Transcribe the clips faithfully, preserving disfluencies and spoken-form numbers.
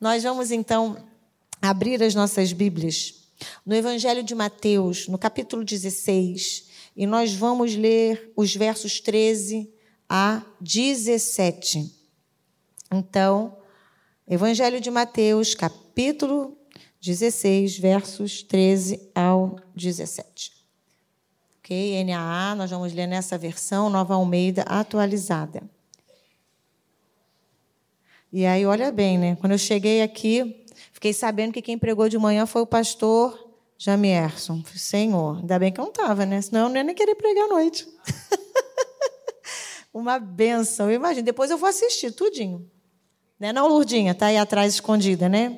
Nós vamos, então, abrir as nossas Bíblias no Evangelho de Mateus, no capítulo dezesseis, e nós vamos ler os versos treze a dezessete. Então, Evangelho de Mateus, capítulo dezesseis, versos treze ao dezessete. Ok? N A A, nós vamos ler nessa versão, Nova Almeida atualizada. E aí, olha bem, né? Quando eu cheguei aqui, fiquei sabendo que quem pregou de manhã foi o pastor Jamierson. Senhor, ainda bem que eu não estava, né? Senão eu não ia nem querer pregar à noite. Uma bênção. Eu imagino. Depois eu vou assistir tudinho. Né? Não, Lourdinha? Está aí atrás escondida, né?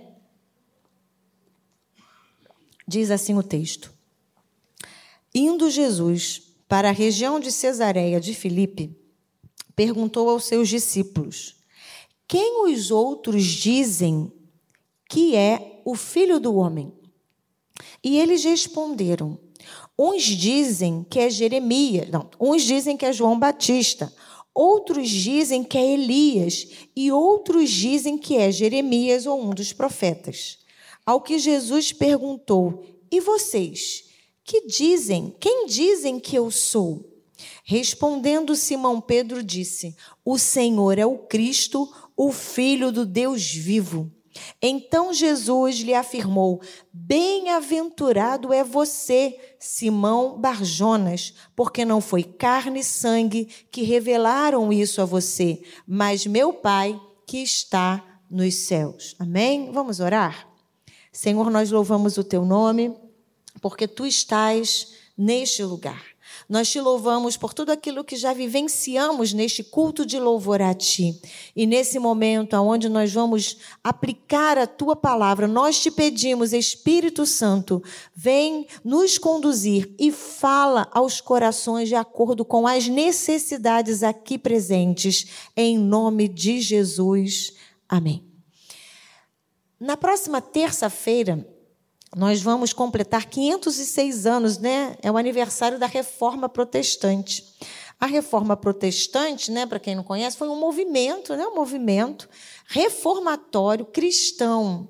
Diz assim o texto. Indo Jesus para a região de Cesareia de Filipe, perguntou aos seus discípulos: quem os outros dizem que é o Filho do Homem? E eles responderam: uns dizem que é Jeremias, não, uns dizem que é João Batista, outros dizem que é Elias, e outros dizem que é Jeremias ou um dos profetas. Ao que Jesus perguntou: e vocês, que dizem? Quem dizem que eu sou? Respondendo Simão Pedro disse: o Senhor é o Cristo, o Filho do Deus vivo. Então Jesus lhe afirmou: bem-aventurado é você, Simão Barjonas, porque não foi carne e sangue que revelaram isso a você, mas meu Pai que está nos céus. Amém? Vamos orar? Senhor, nós louvamos o teu nome, porque tu estás neste lugar. Nós te louvamos por tudo aquilo que já vivenciamos neste culto de louvor a ti. E nesse momento, onde nós vamos aplicar a tua palavra, nós te pedimos, Espírito Santo, vem nos conduzir e fala aos corações de acordo com as necessidades aqui presentes. Em nome de Jesus. Amém. Na próxima terça-feira, nós vamos completar quinhentos e seis anos, né? É o aniversário da Reforma Protestante. A Reforma Protestante, né, para quem não conhece, foi um movimento, né, um movimento reformatório cristão,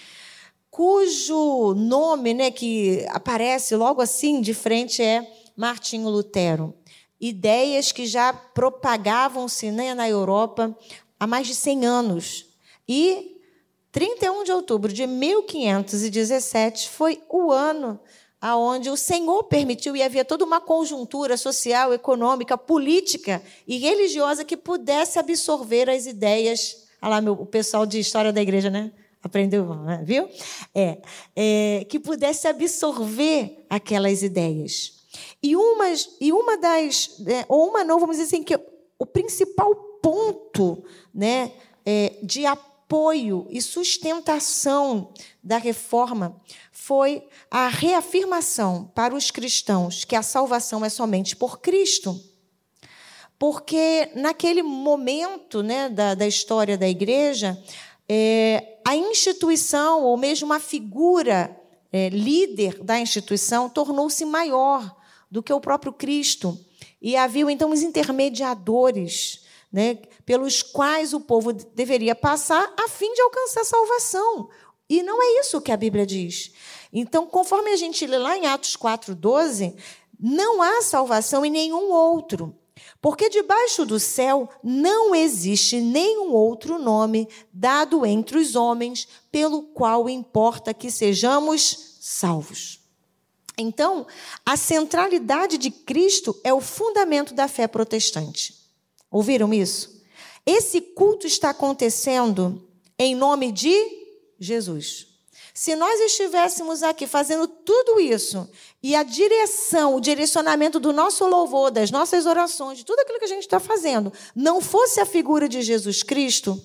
cujo nome, né, que aparece logo assim de frente é Martinho Lutero. Ideias que já propagavam-se, né, na Europa há mais de cem anos. E trinta e um de outubro de mil quinhentos e dezessete foi o ano onde o Senhor permitiu, e havia toda uma conjuntura social, econômica, política e religiosa que pudesse absorver as ideias. Olha lá, meu, o pessoal de História da Igreja, né? Aprendeu, viu? É, é, que pudesse absorver aquelas ideias. E uma, e uma das... É, ou uma não, vamos dizer assim, que o principal ponto, né, é, de apoio, apoio e sustentação da reforma foi a reafirmação para os cristãos que a salvação é somente por Cristo. Porque, naquele momento, né, da, da história da igreja, é, a instituição, ou mesmo a figura é, líder da instituição, tornou-se maior do que o próprio Cristo. E havia, então, os intermediadores, né, pelos quais o povo deveria passar a fim de alcançar a salvação. E não é isso que a Bíblia diz. Então, conforme a gente lê lá em Atos quatro, doze, não há salvação em nenhum outro, porque debaixo do céu não existe nenhum outro nome dado entre os homens pelo qual importa que sejamos salvos. Então, a centralidade de Cristo é o fundamento da fé protestante. Ouviram isso? Esse culto está acontecendo em nome de Jesus. Se nós estivéssemos aqui fazendo tudo isso e a direção, o direcionamento do nosso louvor, das nossas orações, de tudo aquilo que a gente está fazendo, não fosse a figura de Jesus Cristo,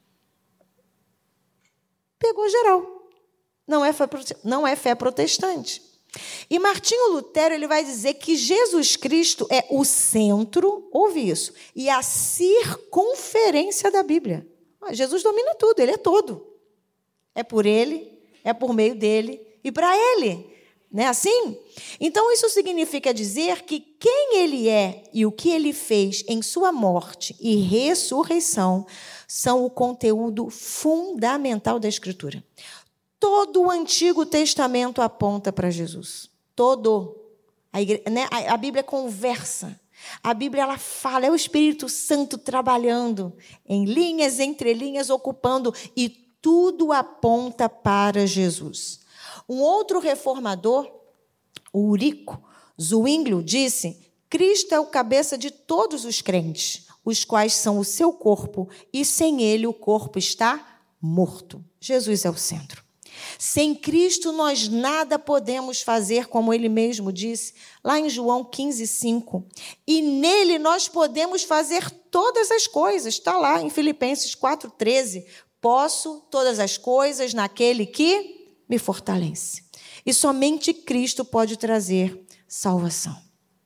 pegou geral. Não é fé, não é fé protestante. E Martinho Lutero ele vai dizer que Jesus Cristo é o centro, ouve isso, e a circunferência da Bíblia. Jesus domina tudo, ele é todo. É por ele, é por meio dele e para ele. Não é assim? Então, isso significa dizer que quem ele é e o que ele fez em sua morte e ressurreição são o conteúdo fundamental da Escritura. Todo o Antigo Testamento aponta para Jesus. Todo. A, igreja, né? a, a Bíblia conversa. A Bíblia ela fala, é o Espírito Santo trabalhando em linhas, entre linhas, ocupando, e tudo aponta para Jesus. Um outro reformador, o Eurico Zwinglio, disse: Cristo é o cabeça de todos os crentes, os quais são o seu corpo, e sem ele o corpo está morto. Jesus é o centro. Sem Cristo nós nada podemos fazer, como ele mesmo disse, lá em João quinze, cinco. E nele nós podemos fazer todas as coisas. Está lá em Filipenses quatro, treze. Posso todas as coisas naquele que me fortalece. E somente Cristo pode trazer salvação.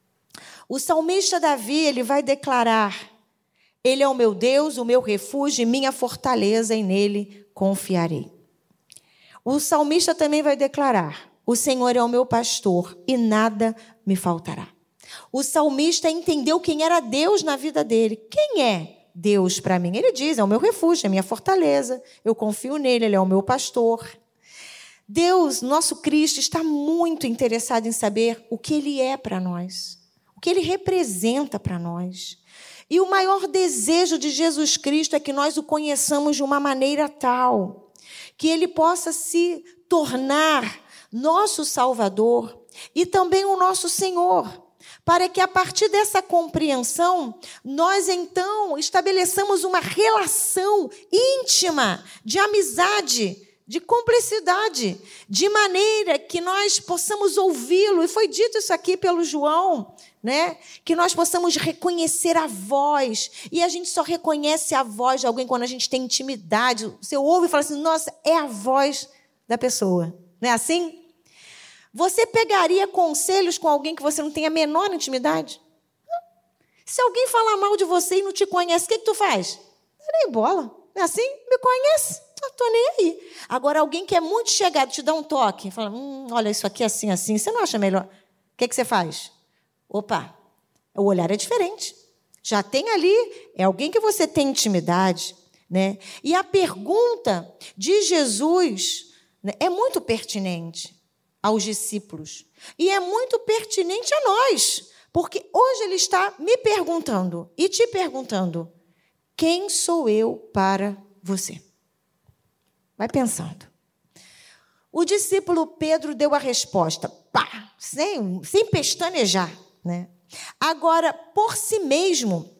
O salmista Davi, ele vai declarar: Ele é o meu Deus, o meu refúgio e minha fortaleza, e nele confiarei. O salmista também vai declarar: o Senhor é o meu pastor e nada me faltará. O salmista entendeu quem era Deus na vida dele. Quem é Deus para mim? Ele diz: é o meu refúgio, é a minha fortaleza, eu confio nele, ele é o meu pastor. Deus, nosso Cristo, está muito interessado em saber o que ele é para nós, o que ele representa para nós. E o maior desejo de Jesus Cristo é que nós o conheçamos de uma maneira tal que ele possa se tornar nosso Salvador e também o nosso Senhor, para que a partir dessa compreensão, nós então estabeleçamos uma relação íntima de amizade, de cumplicidade, de maneira que nós possamos ouvi-lo. E foi dito isso aqui pelo João, né? Que nós possamos reconhecer a voz. E a gente só reconhece a voz de alguém quando a gente tem intimidade. Você ouve e fala assim: nossa, é a voz da pessoa. Não é assim? Você pegaria conselhos com alguém que você não tem a menor intimidade? Se alguém falar mal de você e não te conhece, o que, que tu faz? Nem bola. Não é assim? Me conhece? Não estou nem aí. Agora, alguém que é muito chegado, te dá um toque, fala: hum, olha, isso aqui é assim, assim, você não acha melhor? O que, que você faz? Opa, o olhar é diferente. Já tem ali, é alguém que você tem intimidade, né? E a pergunta de Jesus, né, é muito pertinente aos discípulos. E é muito pertinente a nós, porque hoje ele está me perguntando e te perguntando: quem sou eu para você? Vai pensando. O discípulo Pedro deu a resposta, pá, sem, sem pestanejar, né? Agora, por si mesmo,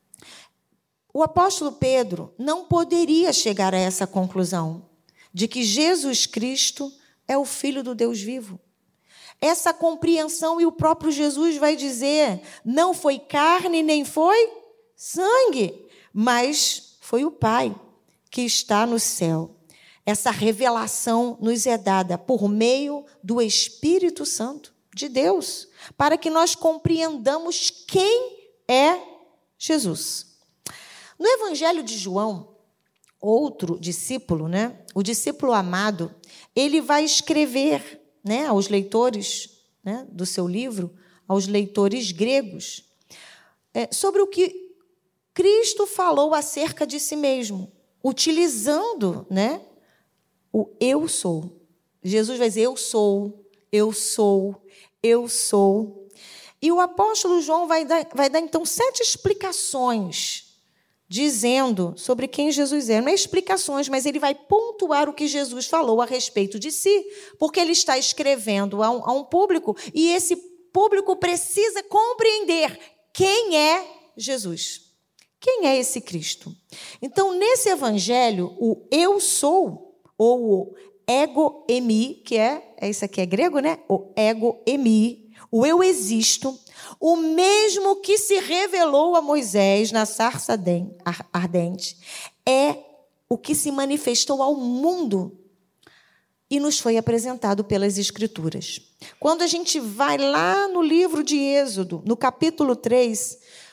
o apóstolo Pedro não poderia chegar a essa conclusão de que Jesus Cristo é o Filho do Deus vivo. Essa compreensão, e o próprio Jesus vai dizer: não foi carne nem foi sangue, mas foi o Pai que está no céu. Essa revelação nos é dada por meio do Espírito Santo de Deus, para que nós compreendamos quem é Jesus. No Evangelho de João, outro discípulo, né, o discípulo amado, ele vai escrever, né, aos leitores, né, do seu livro, aos leitores gregos, é, sobre o que Cristo falou acerca de si mesmo, utilizando, né, o eu sou. Jesus vai dizer: eu sou, eu sou, eu sou. E o apóstolo João vai dar, vai dar então, sete explicações, dizendo sobre quem Jesus é. Não é explicações, mas ele vai pontuar o que Jesus falou a respeito de si, porque ele está escrevendo a um, a um público, e esse público precisa compreender quem é Jesus. Quem é esse Cristo? Então, nesse evangelho, o eu sou, ou o ego emi, que é, é isso aqui é grego, né? O ego emi, o eu existo, o mesmo que se revelou a Moisés na sarça ardente, é o que se manifestou ao mundo e nos foi apresentado pelas Escrituras. Quando a gente vai lá no livro de Êxodo, no capítulo três,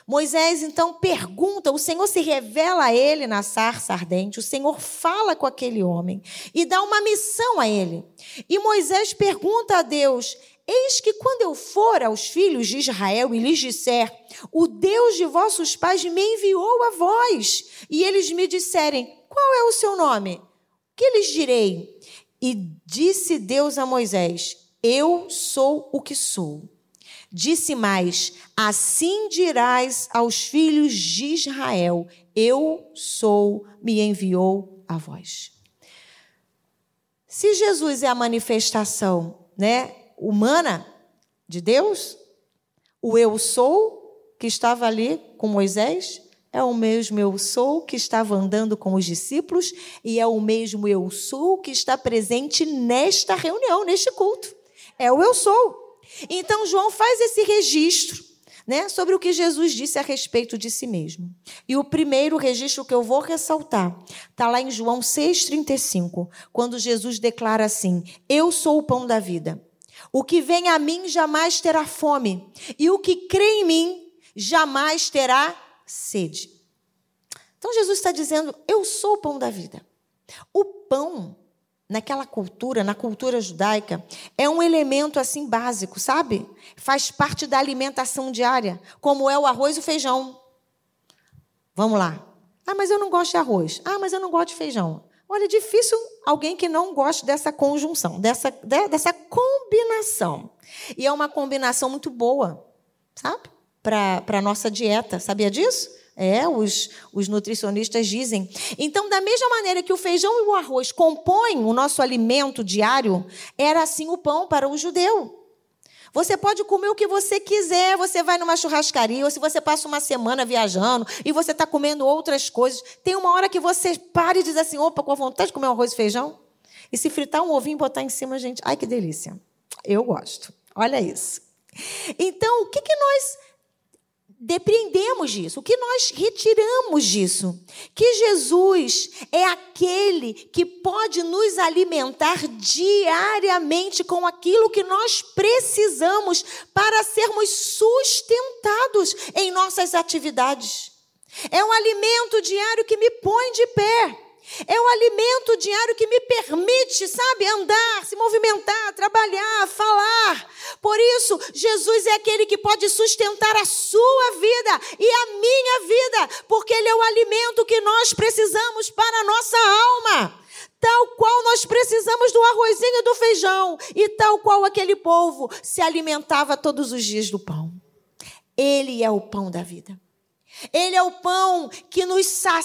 Moisés, então, pergunta, o Senhor se revela a ele na sarça ardente, o Senhor fala com aquele homem e dá uma missão a ele. E Moisés pergunta a Deus: eis que quando eu for aos filhos de Israel e lhes disser, o Deus de vossos pais me enviou a vós, e eles me disserem, qual é o seu nome? O que lhes direi? E disse Deus a Moisés, eu sou o que sou. Disse mais, assim dirás aos filhos de Israel, eu sou, me enviou a vós. Se Jesus é a manifestação, né, humana de Deus, o eu sou que estava ali com Moisés é o mesmo eu sou que estava andando com os discípulos e é o mesmo eu sou que está presente nesta reunião, neste culto. É o eu sou. Então, João faz esse registro, né, sobre o que Jesus disse a respeito de si mesmo. E o primeiro registro que eu vou ressaltar está lá em João seis, trinta e cinco, quando Jesus declara assim, eu sou o pão da vida. O que vem a mim jamais terá fome, e o que crê em mim jamais terá sede. Então, Jesus está dizendo, eu sou o pão da vida. O pão, naquela cultura, na cultura judaica, é um elemento assim básico, sabe? Faz parte da alimentação diária, como é o arroz e o feijão. Vamos lá. Ah, mas eu não gosto de arroz. Ah, mas eu não gosto de feijão. Olha, é difícil alguém que não goste dessa conjunção, dessa, dessa combinação. E é uma combinação muito boa, sabe? Para a nossa dieta. Sabia disso? É, os, os nutricionistas dizem. Então, da mesma maneira que o feijão e o arroz compõem o nosso alimento diário, era assim o pão para o judeu. Você pode comer o que você quiser, você vai numa churrascaria, ou se você passa uma semana viajando e você está comendo outras coisas, tem uma hora que você para e diz assim, opa, com vontade de comer um arroz e feijão? E se fritar um ovinho e botar em cima, gente, ai que delícia. Eu gosto. Olha isso. Então, o que, que nós depreendemos disso? O que nós retiramos disso? Que Jesus é aquele que pode nos alimentar diariamente com aquilo que nós precisamos para sermos sustentados em nossas atividades. É um alimento diário que me põe de pé. É o alimento diário que me permite, sabe, andar, se movimentar, trabalhar, falar. Por isso, Jesus é aquele que pode sustentar a sua vida e a minha vida, porque Ele é o alimento que nós precisamos para a nossa alma. Tal qual nós precisamos do arrozinho e do feijão, e tal qual aquele povo se alimentava todos os dias do pão. Ele é o pão da vida. Ele é o pão que nos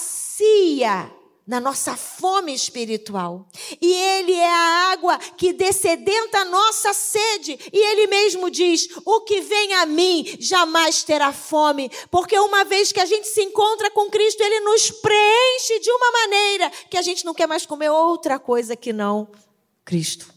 sacia na nossa fome espiritual. E Ele é a água que dessedenta a nossa sede. E Ele mesmo diz, o que vem a mim jamais terá fome. Porque uma vez que a gente se encontra com Cristo, Ele nos preenche de uma maneira que a gente não quer mais comer outra coisa que não Cristo.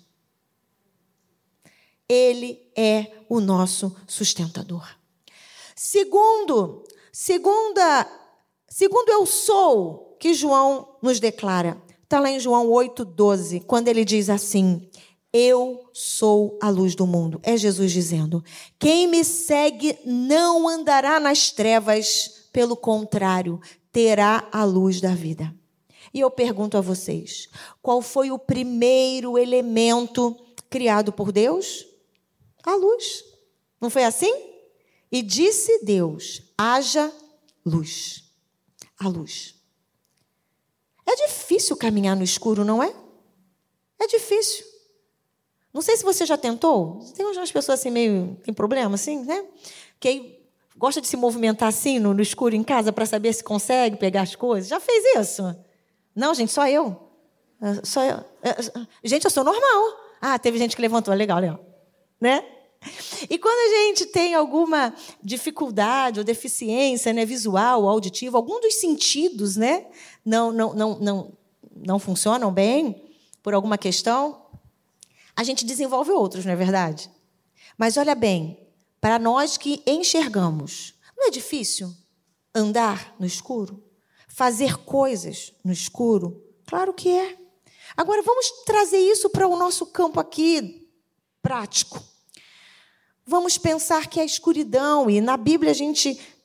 Ele é o nosso sustentador. Segundo, segunda, segundo eu sou, que João nos declara. Está lá em João oito, doze, quando ele diz assim, eu sou a luz do mundo. É Jesus dizendo, quem me segue não andará nas trevas, pelo contrário, terá a luz da vida. E eu pergunto a vocês, qual foi o primeiro elemento criado por Deus? A luz. Não foi assim? E disse Deus, haja luz. A luz. É difícil caminhar no escuro, não é? É difícil. Não sei se você já tentou. Tem umas pessoas assim meio... Tem problema, assim, né? Que aí gosta de se movimentar assim no, no escuro em casa para saber se consegue pegar as coisas. Já fez isso? Não, gente, só eu. Só eu. Gente, eu sou normal. Ah, teve gente que levantou. Legal, legal. Né? E quando a gente tem alguma dificuldade ou deficiência, né, visual, auditiva, algum dos sentidos, né, não, não, não, não, não funcionam bem por alguma questão, a gente desenvolve outros, não é verdade? Mas olha bem, para nós que enxergamos, não é difícil andar no escuro? Fazer coisas no escuro? Claro que é. Agora vamos trazer isso para o nosso campo aqui prático. Vamos pensar que a escuridão, e na Bíblia a gente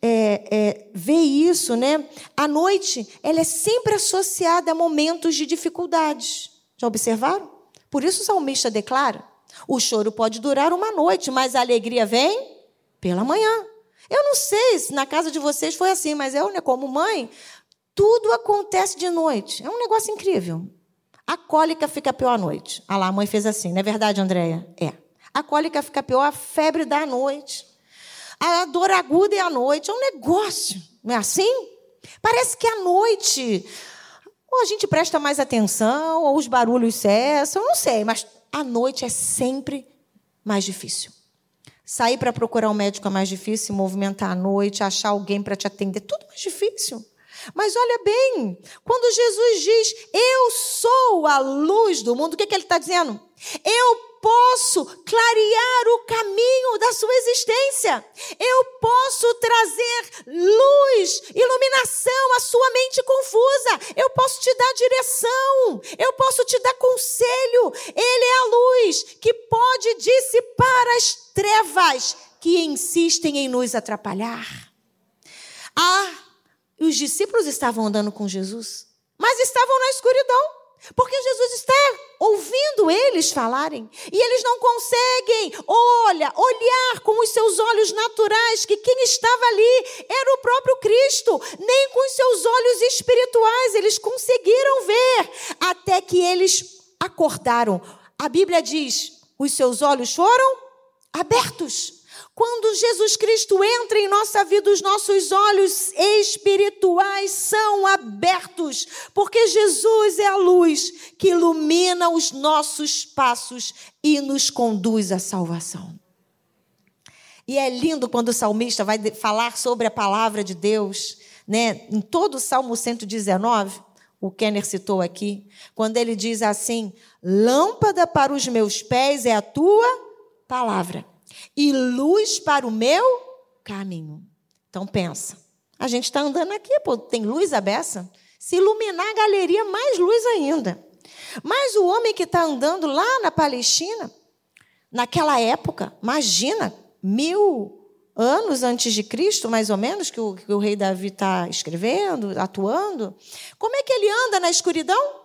é, é, vê isso, né? A noite, ela é sempre associada a momentos de dificuldades. Já observaram? Por isso o salmista declara, o choro pode durar uma noite, mas a alegria vem pela manhã. Eu não sei se na casa de vocês foi assim, mas eu, né, como mãe, tudo acontece de noite. É um negócio incrível. A cólica fica pior à noite. Ah lá, a mãe fez assim, não é verdade, Andréia? É. A cólica fica pior, a febre da noite. A dor aguda é à noite. É um negócio, não é assim? Parece que à noite ou a gente presta mais atenção, ou os barulhos cessam, eu não sei, mas à noite é sempre mais difícil. Sair para procurar um médico é mais difícil, movimentar à noite, achar alguém para te atender, tudo mais difícil. Mas olha bem, quando Jesus diz, eu sou a luz do mundo, o que, é que ele está dizendo? Eu posso clarear o caminho da sua existência. Eu posso trazer luz, iluminação à sua mente confusa. Eu posso te dar direção. Eu posso te dar conselho. Ele é a luz que pode dissipar as trevas que insistem em nos atrapalhar. Ah, os discípulos estavam andando com Jesus, mas estavam na escuridão. Porque Jesus está ouvindo eles falarem. E eles não conseguem, olha, olhar com os seus olhos naturais que quem estava ali era o próprio Cristo. Nem com os seus olhos espirituais eles conseguiram ver. Até que eles acordaram. A Bíblia diz, os seus olhos foram abertos. Quando Jesus Cristo entra em nossa vida, os nossos olhos espirituais são abertos, porque Jesus é a luz que ilumina os nossos passos e nos conduz à salvação. E é lindo quando o salmista vai falar sobre a palavra de Deus, né? Em todo o Salmo cento e dezenove, o Kenner citou aqui, quando ele diz assim, lâmpada para os meus pés é a tua palavra. E luz para o meu caminho. Então pensa, a gente está andando aqui, pô, tem luz a beça? Se iluminar a galeria, mais luz ainda. Mas o homem que está andando lá na Palestina, naquela época, imagina, mil anos antes de Cristo, mais ou menos, que o, que o rei Davi está escrevendo, atuando, como é que ele anda na escuridão?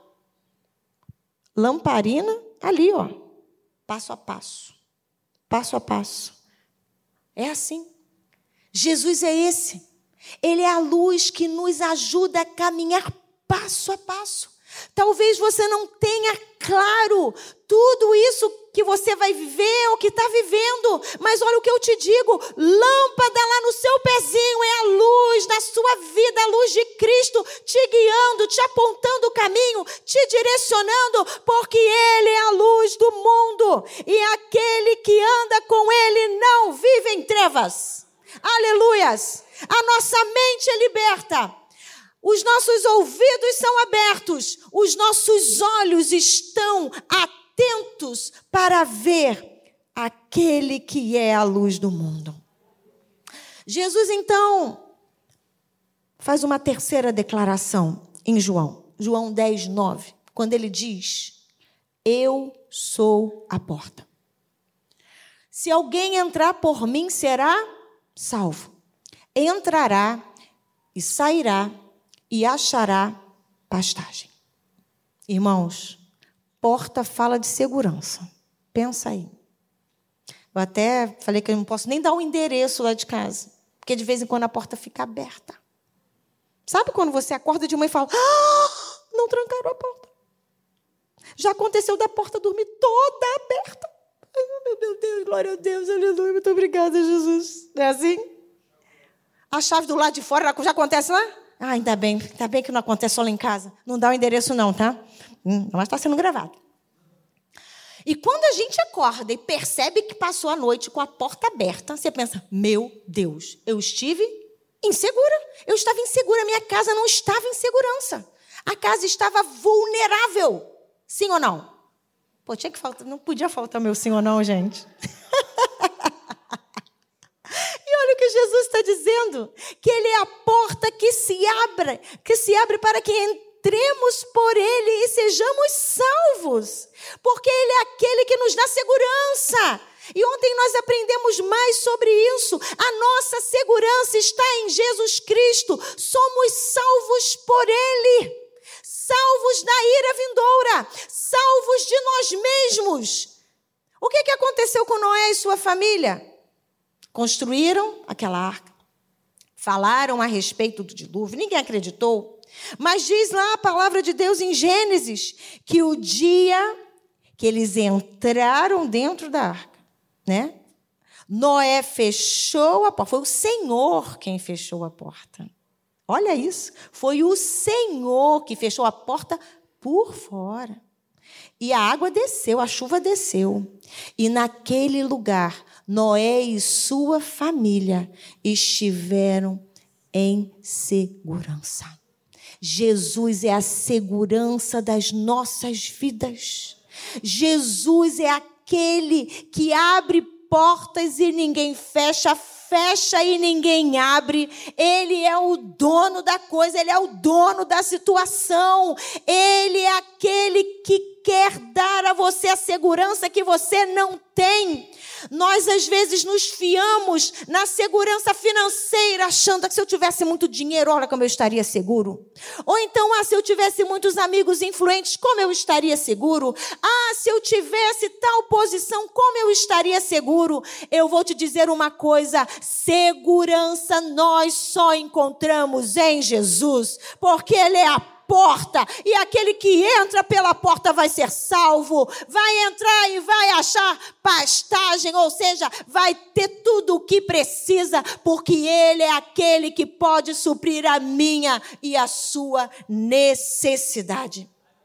Lamparina, ali, ó, passo a passo. Passo a passo. É assim. Jesus é esse. Ele é a luz que nos ajuda a caminhar passo a passo. Talvez você não tenha claro tudo isso que você vai viver ou que está vivendo. Mas olha o que eu te digo. Lâmpada lá no seu pezinho é a luz da sua vida. A luz de Cristo te guiando, te apontando o caminho, te direcionando. Porque Ele é a luz do mundo. E aquele que anda com Ele não vive em trevas. Aleluias. A nossa mente é liberta. Os nossos ouvidos são abertos, os nossos olhos estão atentos para ver aquele que é a luz do mundo. Jesus, então, faz uma terceira declaração em João, João dez, nove, quando ele diz, eu sou a porta. Se alguém entrar por mim, será salvo. Entrará e sairá e achará pastagem. Irmãos, porta fala de segurança. Pensa aí. Eu até falei que eu não posso nem dar um endereço lá de casa, porque de vez em quando a porta fica aberta. Sabe quando você acorda de manhã e fala, ah, não trancaram a porta. Já aconteceu da porta dormir toda aberta. Ai, meu Deus, glória a Deus, aleluia, muito obrigada, Jesus. Não é assim? A chave do lado de fora já acontece lá? Ah, ainda bem, ainda bem que não acontece só lá em casa. Não dá o endereço não, tá? Hum, mas está sendo gravado. E quando a gente acorda e percebe que passou a noite com a porta aberta, você pensa, meu Deus, eu estive insegura. Eu estava insegura, minha casa não estava em segurança. A casa estava vulnerável. Sim ou não? Pô, tinha que faltar, não podia faltar meu sim ou não, gente. Olha o que Jesus está dizendo, que Ele é a porta que se abre, que se abre para que entremos por Ele e sejamos salvos, porque Ele é aquele que nos dá segurança, E ontem nós aprendemos mais sobre isso. A nossa segurança está em Jesus Cristo. Somos salvos por Ele. Salvos da ira vindoura. Salvos de nós mesmos. O que, que aconteceu com Noé e sua família? Construíram aquela arca. Falaram a respeito do dilúvio. Ninguém acreditou. Mas diz lá a palavra de Deus em Gênesis que o dia que eles entraram dentro da arca, né? Noé fechou a porta. Foi o Senhor quem fechou a porta. Olha isso. Foi o Senhor que fechou a porta por fora. E a água desceu, a chuva desceu. E naquele lugar, Noé e sua família estiveram em segurança. Jesus é a segurança das nossas vidas. Jesus é aquele que abre portas e ninguém fecha, fecha e ninguém abre. Ele é o dono da coisa, ele é o dono da situação. Ele é aquele que quer dar a você a segurança que você não tem. Nós, às vezes, nos fiamos na segurança financeira, achando que se eu tivesse muito dinheiro, olha como eu estaria seguro. Ou então, ah, se eu tivesse muitos amigos influentes, como eu estaria seguro? Ah, se eu tivesse tal posição, como eu estaria seguro? Eu vou te dizer uma coisa, segurança nós só encontramos em Jesus, porque Ele é a porta, e aquele que entra pela porta vai ser salvo, vai entrar e vai achar pastagem, ou seja, vai ter tudo o que precisa, porque Ele é aquele que pode suprir a minha e a sua necessidade.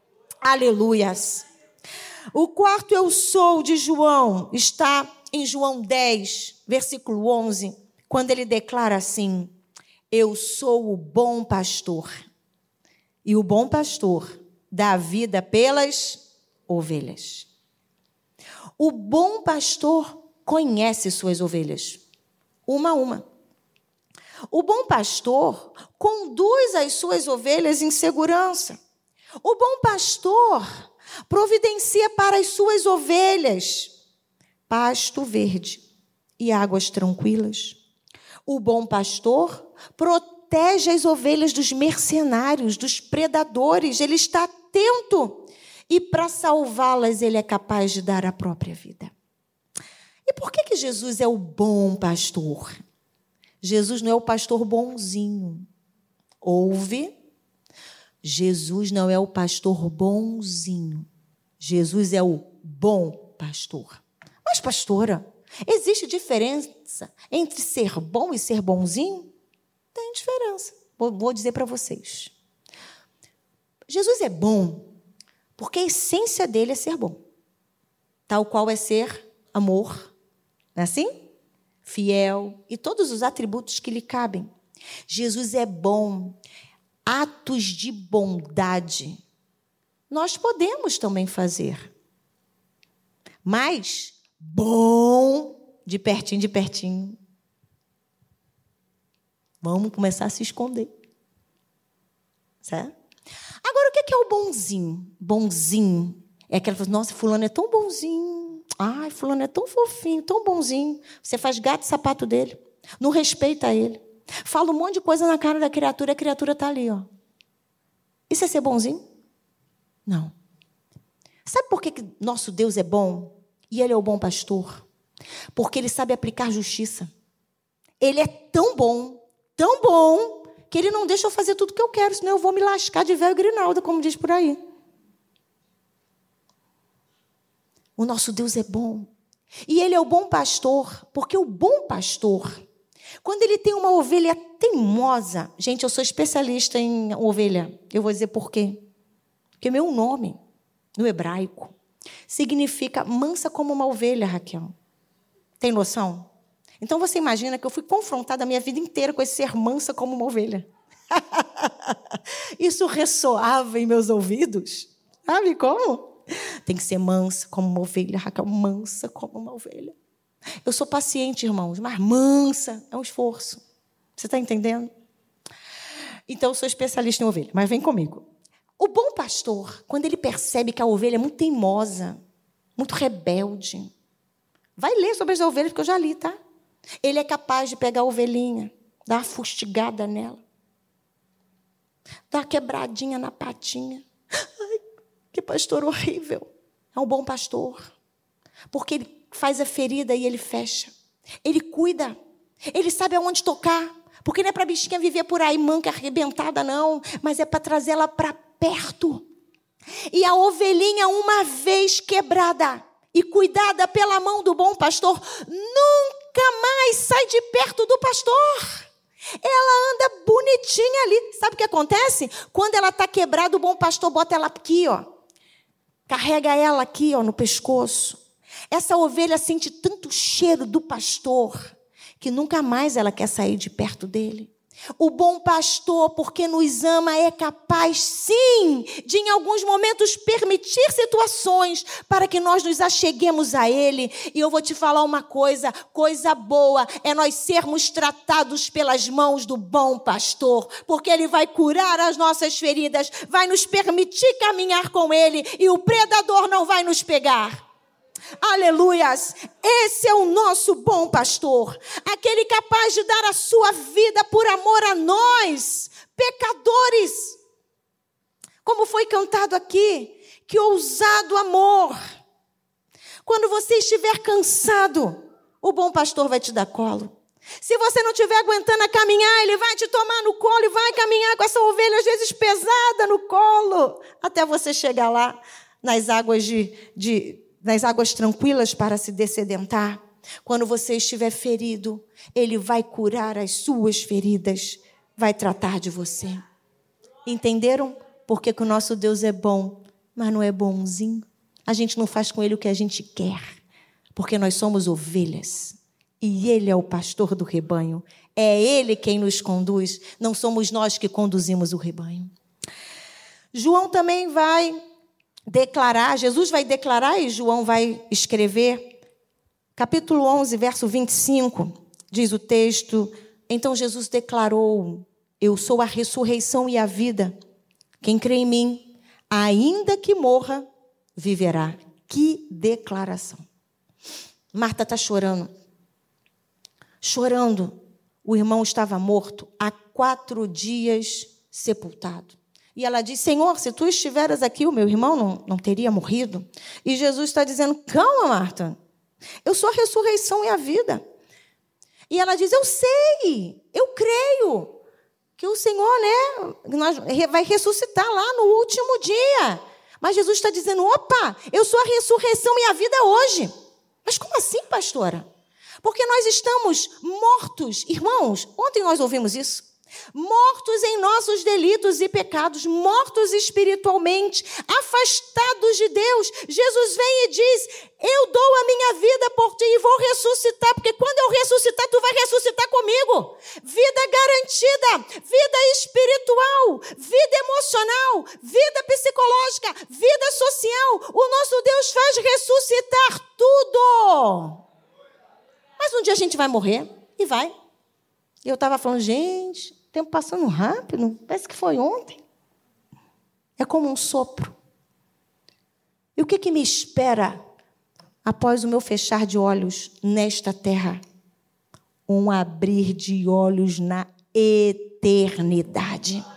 Aleluias. O quarto eu sou de João está em João dez, versículo onze, quando ele declara assim: eu sou o bom pastor. E o bom pastor dá a vida pelas ovelhas. O bom pastor conhece suas ovelhas, uma a uma. O bom pastor conduz as suas ovelhas em segurança. O bom pastor providencia para as suas ovelhas pasto verde e águas tranquilas. O bom pastor protege Protege as ovelhas dos mercenários, dos predadores. Ele está atento. E para salvá-las, ele é capaz de dar a própria vida. E por que que Jesus é o bom pastor? Jesus não é o pastor bonzinho. Ouve? Jesus não é o pastor bonzinho. Jesus é o bom pastor. Mas, pastora, existe diferença entre ser bom e ser bonzinho? Tem diferença. Vou dizer para vocês. Jesus é bom porque a essência dele é ser bom. Tal qual é ser amor. Não é assim? Fiel e todos os atributos que lhe cabem. Jesus é bom. Atos de bondade nós podemos também fazer. Mas bom de pertinho, de pertinho. Vamos começar a se esconder. Certo? Agora, o que é o bonzinho? Bonzinho é aquela que fala, nossa, fulano é tão bonzinho. Ai, fulano é tão fofinho, tão bonzinho. Você faz gato e sapato dele. Não respeita ele. Fala um monte de coisa na cara da criatura, a criatura está ali. Ó. Isso é ser bonzinho? Não. Sabe por que que nosso Deus é bom? E Ele é o bom pastor? Porque Ele sabe aplicar justiça. Ele é tão bom, tão bom, que Ele não deixa eu fazer tudo o que eu quero, senão eu vou me lascar de véu e grinalda, como diz por aí. O nosso Deus é bom. E Ele é o bom pastor, porque o bom pastor, quando ele tem uma ovelha teimosa, gente, eu sou especialista em ovelha, eu vou dizer por quê. Porque meu nome, no hebraico, significa mansa como uma ovelha, Raquel. Tem noção? Então, você imagina que eu fui confrontada a minha vida inteira com esse ser mansa como uma ovelha. Isso ressoava em meus ouvidos. Sabe como? Tem que ser mansa como uma ovelha, Raquel, mansa como uma ovelha. Eu sou paciente, irmãos, mas mansa é um esforço. Você está entendendo? Então, eu sou especialista em ovelha, mas vem comigo. O bom pastor, quando ele percebe que a ovelha é muito teimosa, muito rebelde, Vai ler sobre as ovelhas, porque eu já li, tá? Ele é capaz de pegar a ovelhinha, dar uma fustigada nela, dar uma quebradinha na patinha. Ai, que pastor horrível. É um bom pastor, porque ele faz a ferida e ele fecha. Ele cuida, ele sabe aonde tocar, porque não é para a bichinha viver por aí manca, arrebentada, não, mas é para trazê-la para perto. E a ovelhinha, uma vez quebrada e cuidada pela mão do bom pastor, nunca mais sai de perto do pastor. Ela anda bonitinha ali. Sabe o que acontece? Quando ela está quebrada, o bom pastor bota ela aqui, ó. Carrega ela aqui, ó, no pescoço. Essa ovelha sente tanto cheiro do pastor que nunca mais ela quer sair de perto dele. O bom pastor, porque nos ama, é capaz, sim, de em alguns momentos permitir situações para que nós nos acheguemos a ele. E eu vou te falar uma coisa, coisa boa é nós sermos tratados pelas mãos do bom pastor, porque ele vai curar as nossas feridas, vai nos permitir caminhar com ele e o predador não vai nos pegar. Aleluias, esse é o nosso bom pastor, aquele capaz de dar a sua vida por amor a nós, pecadores. Como foi cantado aqui, que ousado amor. Quando você estiver cansado, o bom pastor vai te dar colo. Se você não estiver aguentando a caminhar, ele vai te tomar no colo e vai caminhar com essa ovelha, às vezes pesada, no colo, até você chegar lá nas águas de... de nas águas tranquilas para se dessedentar. Quando você estiver ferido, ele vai curar as suas feridas, vai tratar de você. Entenderam? Porque que o nosso Deus é bom, mas não é bonzinho. A gente não faz com ele o que a gente quer, porque nós somos ovelhas e ele é o pastor do rebanho. É ele quem nos conduz, não somos nós que conduzimos o rebanho. João também vai declarar, Jesus vai declarar e João vai escrever, capítulo onze, verso vinte e cinco, diz o texto: então Jesus declarou, eu sou a ressurreição e a vida, quem crê em mim, ainda que morra, viverá. Que declaração. Marta está chorando, chorando, o irmão estava morto, há quatro dias sepultado. E ela diz, Senhor, se tu estiveras aqui, o meu irmão não, não teria morrido. E Jesus está dizendo, calma, Marta, eu sou a ressurreição e a vida. E ela diz, eu sei, eu creio que o Senhor, né, vai ressuscitar lá no último dia. Mas Jesus está dizendo, opa, eu sou a ressurreição e a vida hoje. Mas como assim, pastora? Porque nós estamos mortos. Irmãos, ontem nós ouvimos isso. Mortos em nossos delitos e pecados, mortos espiritualmente, afastados de Deus. Jesus vem e diz, eu dou a minha vida por ti e vou ressuscitar, porque quando eu ressuscitar, tu vai ressuscitar comigo. Vida garantida, vida espiritual, vida emocional, vida psicológica, vida social. O nosso Deus faz ressuscitar tudo. Mas um dia a gente vai morrer, e vai. E eu estava falando, gente, o tempo passando rápido, parece que foi ontem. É como um sopro. E o que, que me espera após o meu fechar de olhos nesta terra? Um abrir de olhos na eternidade.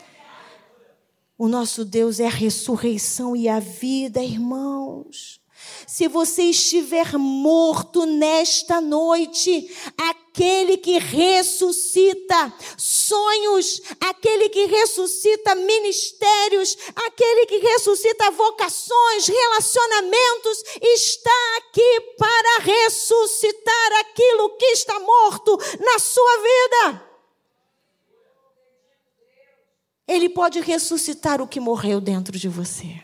O nosso Deus é a ressurreição e a vida, irmãos. Se você estiver morto nesta noite, aquele que ressuscita sonhos, aquele que ressuscita ministérios, aquele que ressuscita vocações, relacionamentos, está aqui para ressuscitar aquilo que está morto na sua vida. Ele pode ressuscitar o que morreu dentro de você.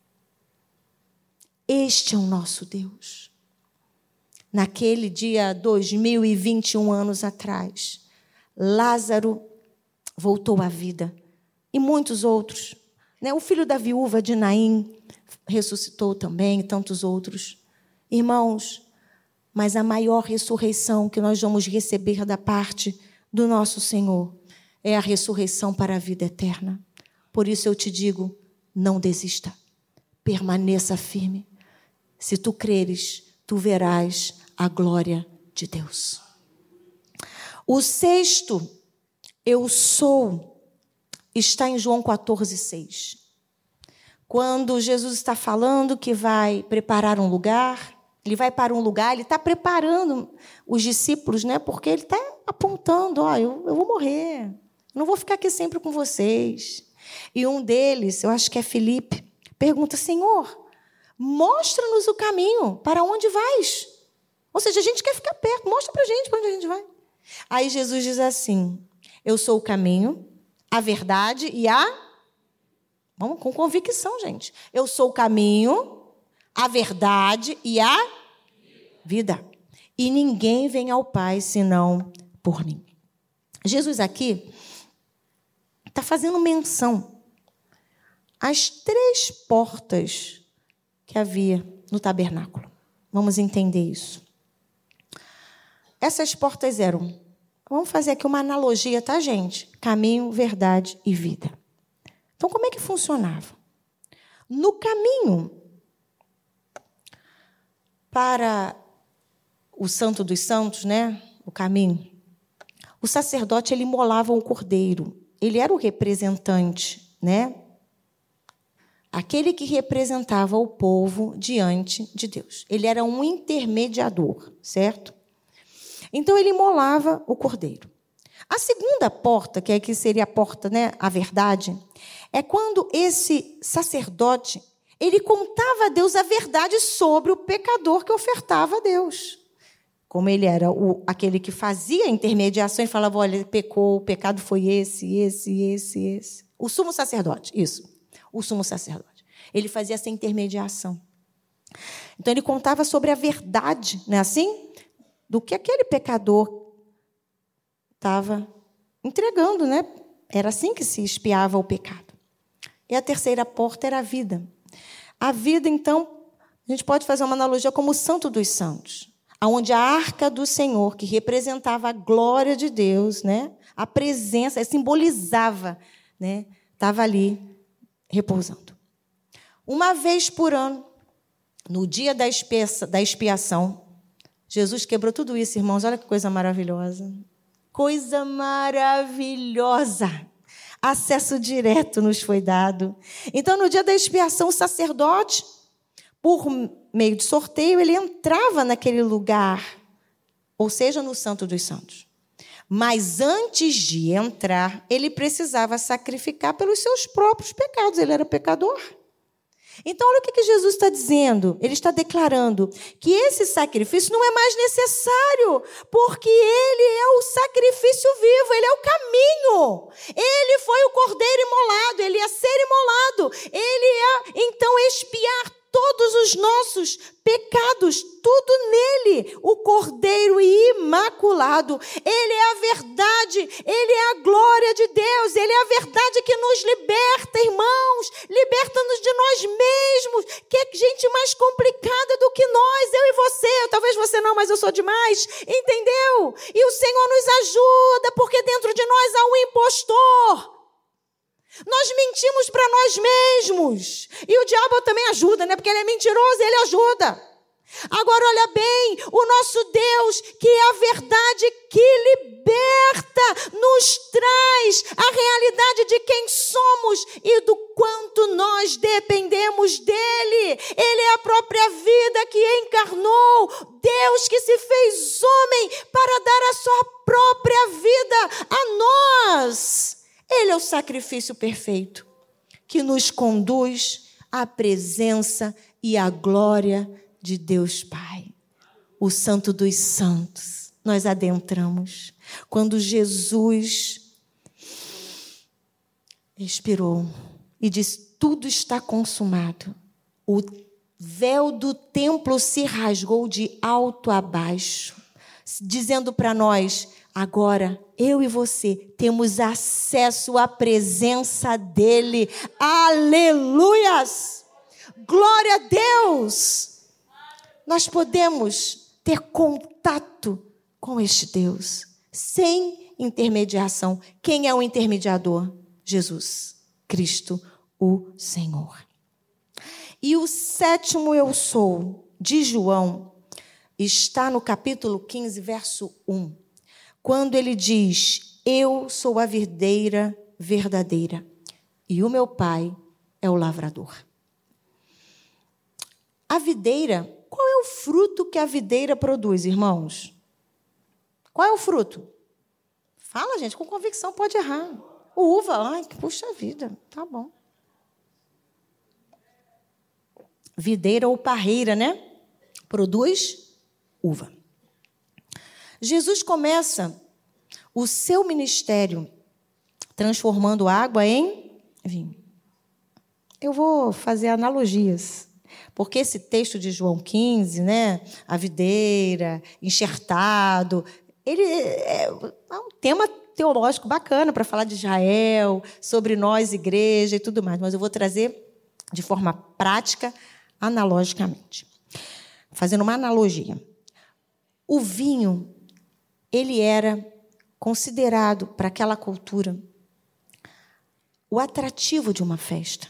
Este é o nosso Deus. Naquele dia, dois mil e vinte e um anos atrás, Lázaro voltou à vida. E muitos outros. Né? O filho da viúva de Naim ressuscitou também, e tantos outros. Irmãos, mas a maior ressurreição que nós vamos receber da parte do nosso Senhor é a ressurreição para a vida eterna. Por isso eu te digo, não desista. Permaneça firme. Se tu creres, tu verás a glória de Deus. O sexto, eu sou, está em João quatorze, seis. Quando Jesus está falando que vai preparar um lugar, ele vai para um lugar, ele está preparando os discípulos, né? Porque ele está apontando, ó, eu, eu vou morrer, eu não vou ficar aqui sempre com vocês. E um deles, eu acho que é Filipe, pergunta, Senhor, mostra-nos o caminho, para onde vais? Ou seja, a gente quer ficar perto, mostra para a gente para onde a gente vai. Aí Jesus diz assim, eu sou o caminho, a verdade e a... Vamos com convicção, gente. Eu sou o caminho, a verdade e a vida. E ninguém vem ao Pai senão por mim. Jesus aqui está fazendo menção às três portas que havia no tabernáculo. Vamos entender isso. Essas portas eram, vamos fazer aqui uma analogia, tá, gente? Caminho, verdade e vida. Então, como é que funcionava? No caminho para o Santo dos Santos, né? O caminho, o sacerdote ele imolava um cordeiro. Ele era o representante, né? Aquele que representava o povo diante de Deus. Ele era um intermediador, certo? Então, ele imolava o cordeiro. A segunda porta, que aqui seria a porta, né, a verdade, é quando esse sacerdote, ele contava a Deus a verdade sobre o pecador que ofertava a Deus. Como ele era o, aquele que fazia a intermediação, ele falava, olha, ele pecou, o pecado foi esse, esse, esse, esse. O sumo sacerdote, isso, o sumo sacerdote. Ele fazia essa intermediação. Então, ele contava sobre a verdade, não é assim? Do que aquele pecador estava entregando, né? Era assim que se expiava o pecado. E a terceira porta era a vida. A vida, então, a gente pode fazer uma analogia como o Santo dos Santos, onde a arca do Senhor, que representava a glória de Deus, né? A presença, simbolizava, né? Estava ali repousando. Uma vez por ano, no dia da expiação, Jesus quebrou tudo isso, irmãos. Olha que coisa maravilhosa. Coisa maravilhosa. Acesso direto nos foi dado. Então, no dia da expiação, o sacerdote, por meio de sorteio, ele entrava naquele lugar, ou seja, no Santo dos Santos. Mas antes de entrar, ele precisava sacrificar pelos seus próprios pecados. Ele era pecador. Então, olha o que Jesus está dizendo. Ele está declarando que esse sacrifício não é mais necessário, porque ele é o sacrifício vivo, ele é o caminho. Ele foi o cordeiro imolado, ele ia ser imolado. Ele ia, então, expiar todos os nossos pecados, tudo nele, o Cordeiro imaculado. Ele é a verdade, ele é a glória de Deus, ele é a verdade que nos liberta, irmãos, liberta-nos de nós mesmos, que é gente mais complicada do que nós, eu e você, talvez você não, mas eu sou demais, entendeu? E o Senhor nos ajuda, porque dentro de nós há um impostor. Nós mentimos para nós mesmos. E o diabo também ajuda, né? Porque ele é mentiroso e ele ajuda. Agora, olha bem, o nosso Deus, que é a verdade que liberta, nos traz a realidade de quem somos e do quanto nós dependemos dele. Ele é a própria vida que encarnou, Deus que se fez homem para dar a sua própria vida a nós. Ele é o sacrifício perfeito que nos conduz à presença e à glória de Deus Pai. O Santo dos Santos. Nós adentramos. Quando Jesus expirou e disse, tudo está consumado, o véu do templo se rasgou de alto a baixo, dizendo para nós, agora, eu e você temos acesso à presença dele. Aleluias! Glória a Deus! Nós podemos ter contato com este Deus, sem intermediação. Quem é o intermediador? Jesus, Cristo, o Senhor. E o sétimo eu sou, de João, está no capítulo quinze, verso um, quando ele diz: eu sou a videira verdadeira e o meu pai é o lavrador. A videira, qual é o fruto que a videira produz, irmãos? Qual é o fruto? Fala, gente, com convicção, pode errar. Uva, ai, puxa vida, tá bom. Videira ou parreira, né? Produz uva. Jesus começa o seu ministério transformando água em vinho. Eu vou fazer analogias, porque esse texto de João quinze, né, a videira, enxertado, ele é um tema teológico bacana para falar de Israel, sobre nós, igreja e tudo mais, mas eu vou trazer de forma prática, analogicamente. Fazendo uma analogia. O vinho, ele era considerado, para aquela cultura, o atrativo de uma festa.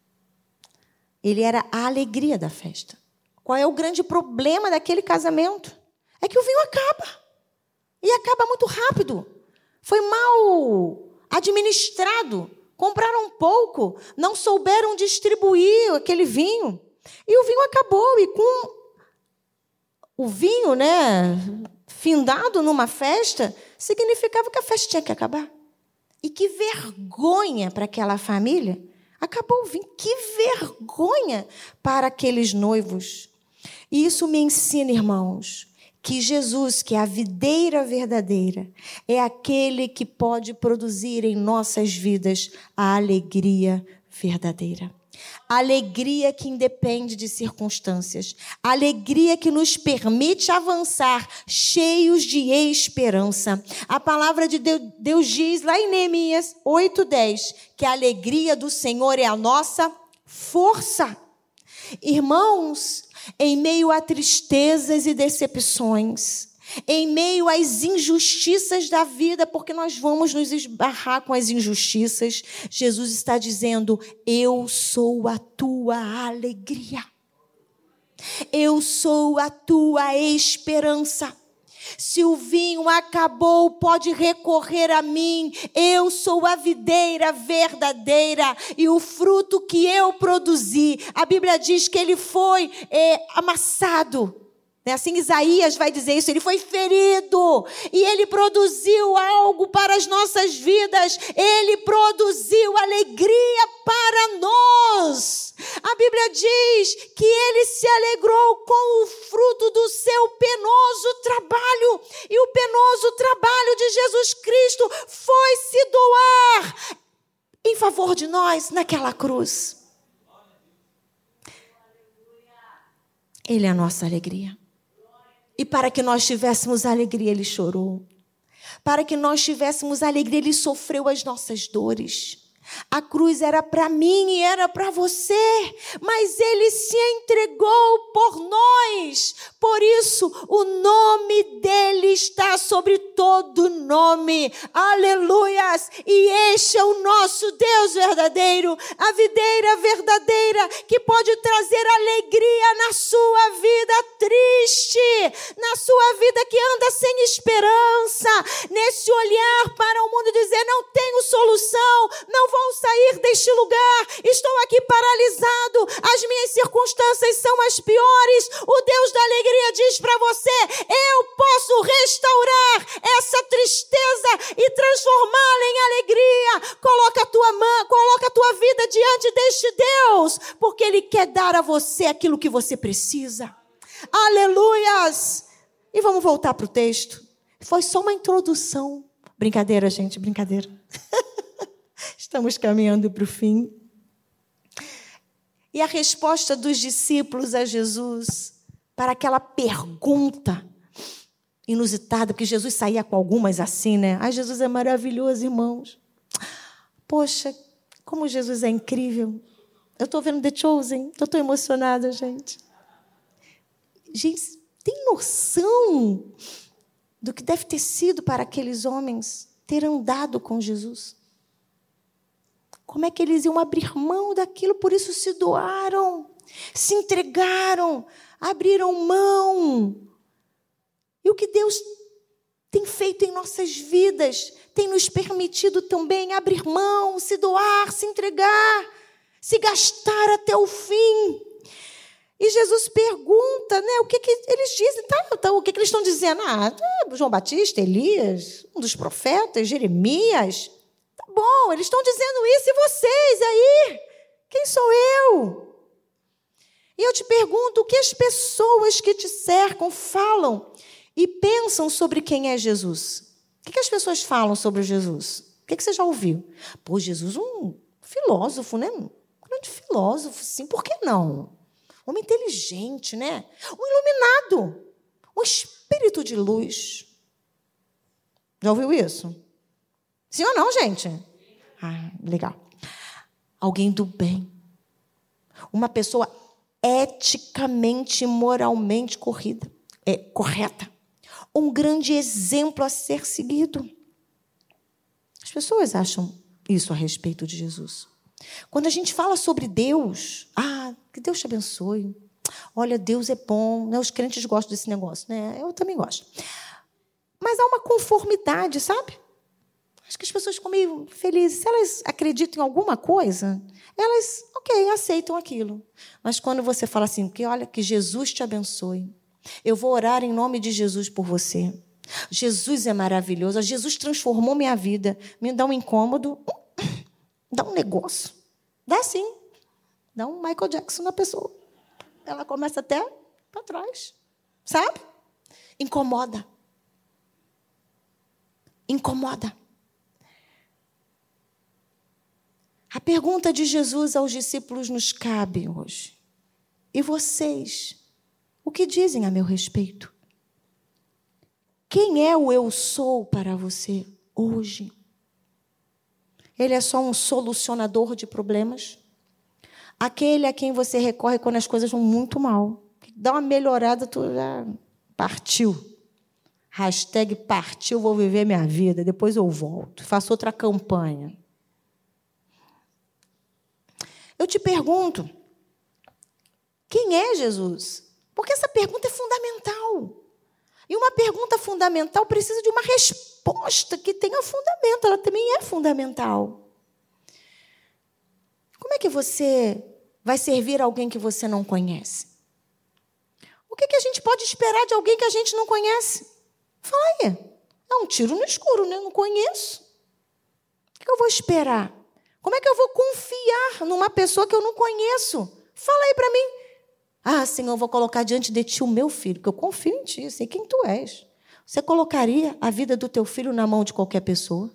Ele era a alegria da festa. Qual é o grande problema daquele casamento? É que o vinho acaba. E acaba muito rápido. Foi mal administrado. Compraram pouco. Não souberam distribuir aquele vinho. E o vinho acabou. E com o vinho, né, findado numa festa, significava que a festa tinha que acabar. E que vergonha para aquela família. Acabou o vinho. Que vergonha para aqueles noivos. E isso me ensina, irmãos, que Jesus, que é a videira verdadeira, é aquele que pode produzir em nossas vidas a alegria verdadeira. A alegria que independe de circunstâncias. A alegria que nos permite avançar cheios de esperança. A palavra de Deus, Deus diz lá em Neemias oito, dez, que a alegria do Senhor é a nossa força. Irmãos, em meio a tristezas e decepções, em meio às injustiças da vida, porque nós vamos nos esbarrar com as injustiças, Jesus está dizendo: eu sou a tua alegria. Eu sou a tua esperança. Se o vinho acabou, pode recorrer a mim. Eu sou a videira verdadeira e o fruto que eu produzi. A Bíblia diz que ele foi é, amassado. Assim Isaías vai dizer isso, ele foi ferido e ele produziu algo para as nossas vidas, ele produziu alegria para nós. A Bíblia diz que ele se alegrou com o fruto do seu penoso trabalho, e o penoso trabalho de Jesus Cristo foi se doar em favor de nós naquela cruz. Ele é a nossa alegria. E para que nós tivéssemos alegria, ele chorou. Para que nós tivéssemos alegria, ele sofreu as nossas dores. A cruz era para mim e era para você, mas ele se entregou por nós. Por isso, o nome dele está sobre todo nome. Aleluias! E este é o nosso Deus verdadeiro, a videira verdadeira que pode trazer alegria na sua vida triste, na sua vida que anda sem esperança, nesse olhar para o mundo e dizer: não tenho solução, não vou sair deste lugar, estou aqui paralisado, as minhas circunstâncias são as piores. O Deus da alegria diz para você: eu posso restaurar essa tristeza e transformá-la em alegria. Coloca a tua mão, coloca a tua vida diante deste Deus, porque Ele quer dar a você aquilo que você precisa. Aleluias! E vamos voltar para o texto. Foi só uma introdução. Brincadeira, gente, brincadeira. Estamos caminhando para o fim. E a resposta dos discípulos a Jesus para aquela pergunta inusitada, porque Jesus saía com algumas assim, né? Ai, Jesus é maravilhoso, irmãos. Poxa, como Jesus é incrível. Eu estou vendo The Chosen, eu estou emocionada, gente. Gente, tem noção do que deve ter sido para aqueles homens ter andado com Jesus? Como é que eles iam abrir mão daquilo? Por isso se doaram, se entregaram, abriram mão. E o que Deus tem feito em nossas vidas, tem nos permitido também abrir mão, se doar, se entregar, se gastar até o fim. E Jesus pergunta, né, o que, que eles dizem, tá, tá, o que, que eles estão dizendo? Ah, é João Batista, Elias, um dos profetas, Jeremias. Tá bom, eles estão dizendo isso, e vocês aí? Quem sou eu? E eu te pergunto, o que as pessoas que te cercam falam e pensam sobre quem é Jesus? O que as pessoas falam sobre Jesus? O que você já ouviu? Pô, Jesus, um filósofo, né? Um grande filósofo, sim, por que não? Homem inteligente, né? Um iluminado, um espírito de luz. Já ouviu isso? Sim ou não, gente? Ah, legal. Alguém do bem. Uma pessoa eticamente e moralmente corrida, é, correta. Um grande exemplo a ser seguido. As pessoas acham isso a respeito de Jesus. Quando a gente fala sobre Deus, ah, que Deus te abençoe. Olha, Deus é bom. Né? Os crentes gostam desse negócio, né? Eu também gosto. Mas há uma conformidade, sabe? Acho que as pessoas ficam meio felizes. Se elas acreditam em alguma coisa, elas, ok, aceitam aquilo. Mas quando você fala assim, que olha, que Jesus te abençoe. Eu vou orar em nome de Jesus por você. Jesus é maravilhoso. Jesus transformou minha vida. Me dá um incômodo. Dá um negócio. Dá sim. Dá um Michael Jackson na pessoa. Ela começa até para trás. Sabe? Incomoda. Incomoda. A pergunta de Jesus aos discípulos nos cabe hoje. E vocês? O que dizem a meu respeito? Quem é o eu sou para você hoje? Ele é só um solucionador de problemas? Aquele a quem você recorre quando as coisas vão muito mal. Dá uma melhorada, tu já partiu. Hashtag partiu, vou viver minha vida, depois eu volto, faço outra campanha. Eu te pergunto, quem é Jesus? Porque essa pergunta é fundamental. E uma pergunta fundamental precisa de uma resposta que tenha fundamento. Ela também é fundamental. Como é que você vai servir alguém que você não conhece? O que a gente pode esperar de alguém que a gente não conhece? Fala aí. É um tiro no escuro, né? Eu não conheço. O que eu vou esperar? Como é que eu vou confiar numa pessoa que eu não conheço? Fala aí para mim. Ah, Senhor, eu vou colocar diante de ti o meu filho, porque eu confio em ti, eu sei quem tu és. Você colocaria a vida do teu filho na mão de qualquer pessoa?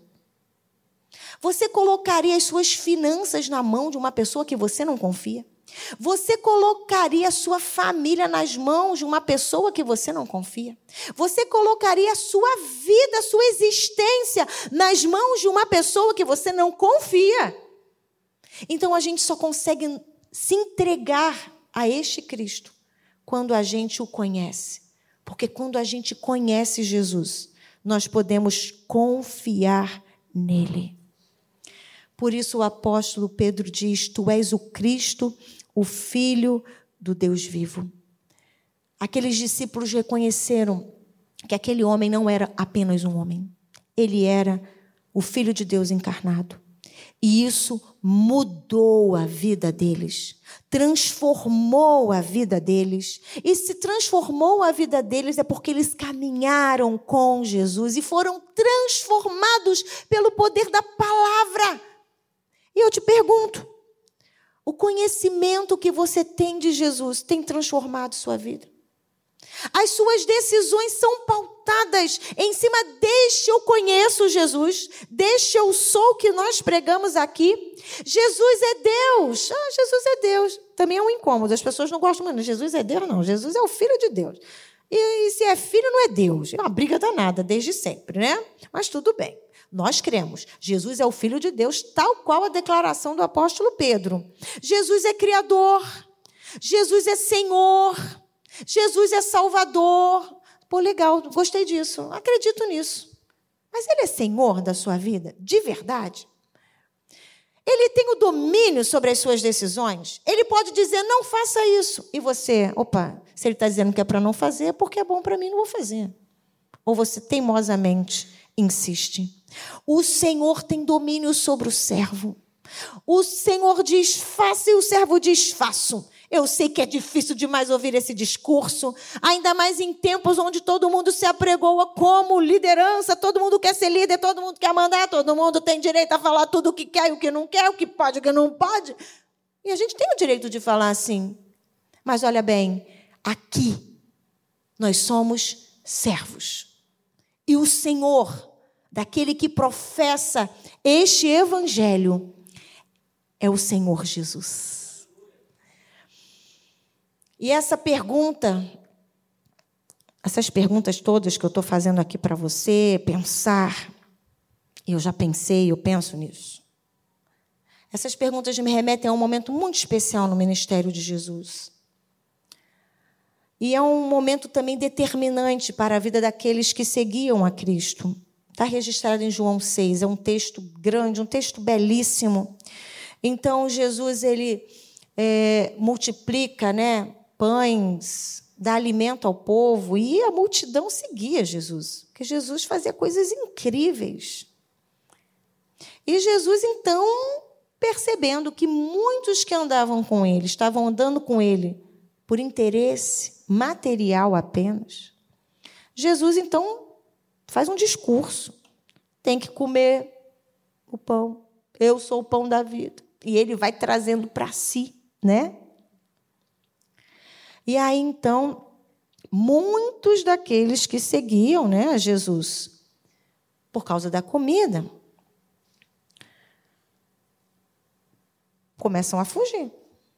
Você colocaria as suas finanças na mão de uma pessoa que você não confia? Você colocaria a sua família nas mãos de uma pessoa que você não confia? Você colocaria a sua vida, a sua existência nas mãos de uma pessoa que você não confia? Então, a gente só consegue se entregar a este Cristo quando a gente o conhece. Porque quando a gente conhece Jesus, nós podemos confiar nele. Por isso o apóstolo Pedro diz, tu és o Cristo, o Filho do Deus vivo. Aqueles discípulos reconheceram que aquele homem não era apenas um homem. Ele era o Filho de Deus encarnado. E isso mudou a vida deles, transformou a vida deles. E se transformou a vida deles é porque eles caminharam com Jesus e foram transformados pelo poder da palavra. E eu te pergunto, o conhecimento que você tem de Jesus tem transformado sua vida? As suas decisões são pautadas em cima deste eu conheço Jesus, deste eu sou que nós pregamos aqui. Jesus é Deus. Ah, Jesus é Deus. Também é um incômodo. As pessoas não gostam muito. Jesus é Deus, não. Jesus é o Filho de Deus. E, e se é filho, não é Deus. É uma briga danada desde sempre, né? Mas tudo bem. Nós cremos. Jesus é o Filho de Deus, tal qual a declaração do apóstolo Pedro. Jesus é Criador. Jesus é Senhor. Jesus é Salvador. Pô, legal, gostei disso, acredito nisso. Mas Ele é Senhor da sua vida, de verdade? Ele tem o domínio sobre as suas decisões? Ele pode dizer, não faça isso. E você, opa, se Ele está dizendo que é para não fazer, é porque é bom para mim, não vou fazer. Ou você teimosamente insiste? O Senhor tem domínio sobre o servo. O Senhor diz, faça, e o servo diz, faço. Eu sei que é difícil demais ouvir esse discurso, ainda mais em tempos onde todo mundo se apregoa como liderança, todo mundo quer ser líder, todo mundo quer mandar, todo mundo tem direito a falar tudo o que quer e o que não quer, o que pode e o que não pode. E a gente tem o direito de falar assim. Mas olha bem, aqui nós somos servos. E o Senhor, daquele que professa este evangelho, é o Senhor Jesus. E essa pergunta, essas perguntas todas que eu estou fazendo aqui para você pensar, eu já pensei, eu penso nisso. Essas perguntas me remetem a um momento muito especial no ministério de Jesus. E é um momento também determinante para a vida daqueles que seguiam a Cristo. Está registrado em João seis, é um texto grande, um texto belíssimo. Então, Jesus, ele é, multiplica, né, pães, dá alimento ao povo, e a multidão seguia Jesus, porque Jesus fazia coisas incríveis. E Jesus, então, percebendo que muitos que andavam com ele, estavam andando com ele por interesse material apenas, Jesus, então, faz um discurso. Tem que comer o pão. Eu sou o pão da vida. E ele vai trazendo para si, né? E aí, então, muitos daqueles que seguiam, né, a Jesus, por causa da comida, começam a fugir.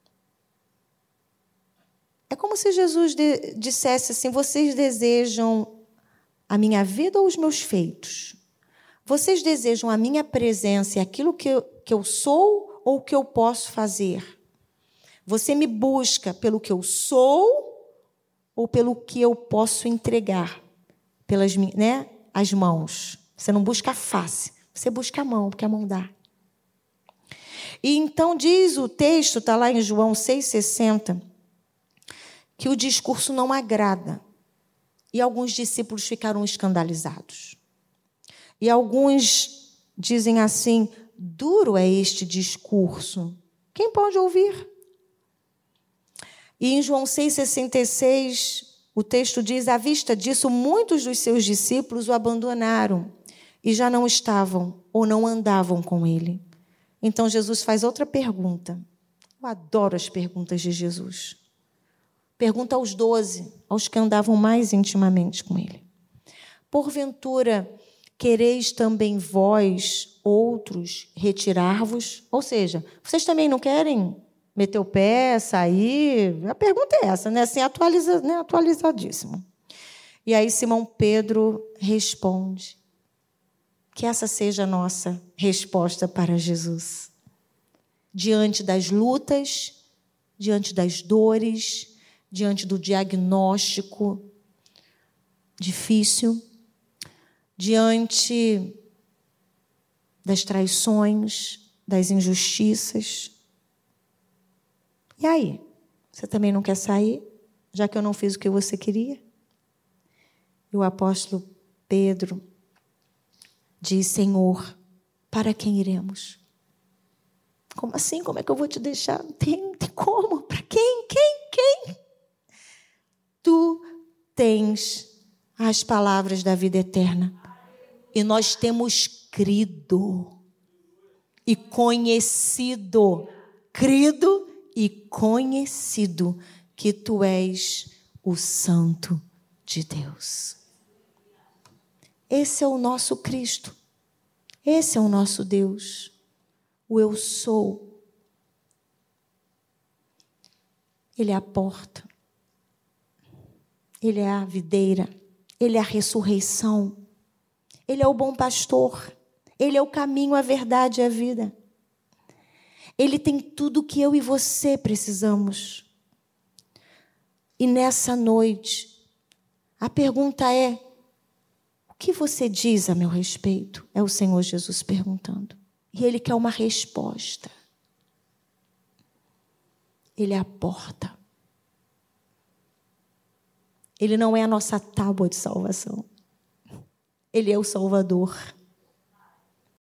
É como se Jesus de, dissesse assim, vocês desejam a minha vida ou os meus feitos? Vocês desejam a minha presença e aquilo que eu, que eu sou ou o que eu posso fazer? Você me busca pelo que eu sou ou pelo que eu posso entregar? Pelas, né, as mãos. Você não busca a face, você busca a mão, porque a mão dá. E então diz o texto, está lá em João seis, sessenta, que o discurso não agrada. E alguns discípulos ficaram escandalizados. E alguns dizem assim, duro é este discurso. Quem pode ouvir? E em João seis, sessenta e seis, o texto diz, à vista disso, muitos dos seus discípulos o abandonaram e já não estavam ou não andavam com ele. Então Jesus faz outra pergunta. Eu adoro as perguntas de Jesus. Pergunta aos doze, aos que andavam mais intimamente com ele. Porventura, quereis também vós, outros, retirar-vos? Ou seja, vocês também não querem meter o pé, sair? A pergunta é essa, né? Assim, atualiza, né? Atualizadíssimo. E aí Simão Pedro responde. Que essa seja a nossa resposta para Jesus. Diante das lutas, diante das dores, diante do diagnóstico difícil, diante das traições, das injustiças. E aí? Você também não quer sair, já que eu não fiz o que você queria? E o apóstolo Pedro diz, Senhor, para quem iremos? Como assim? Como é que eu vou te deixar? Não tem, não tem como. Para quem? Quem? Quem? Tu tens as palavras da vida eterna. E nós temos crido e conhecido, crido e conhecido que tu és o Santo de Deus. Esse é o nosso Cristo. Esse é o nosso Deus. O eu sou. Ele é a porta. Ele é a videira. Ele é a ressurreição. Ele é o bom pastor. Ele é o caminho, a verdade e a vida. Ele tem tudo o que eu e você precisamos. E nessa noite, a pergunta é, o que você diz a meu respeito? É o Senhor Jesus perguntando. E Ele quer uma resposta. Ele é a porta. Ele não é a nossa tábua de salvação. Ele é o Salvador.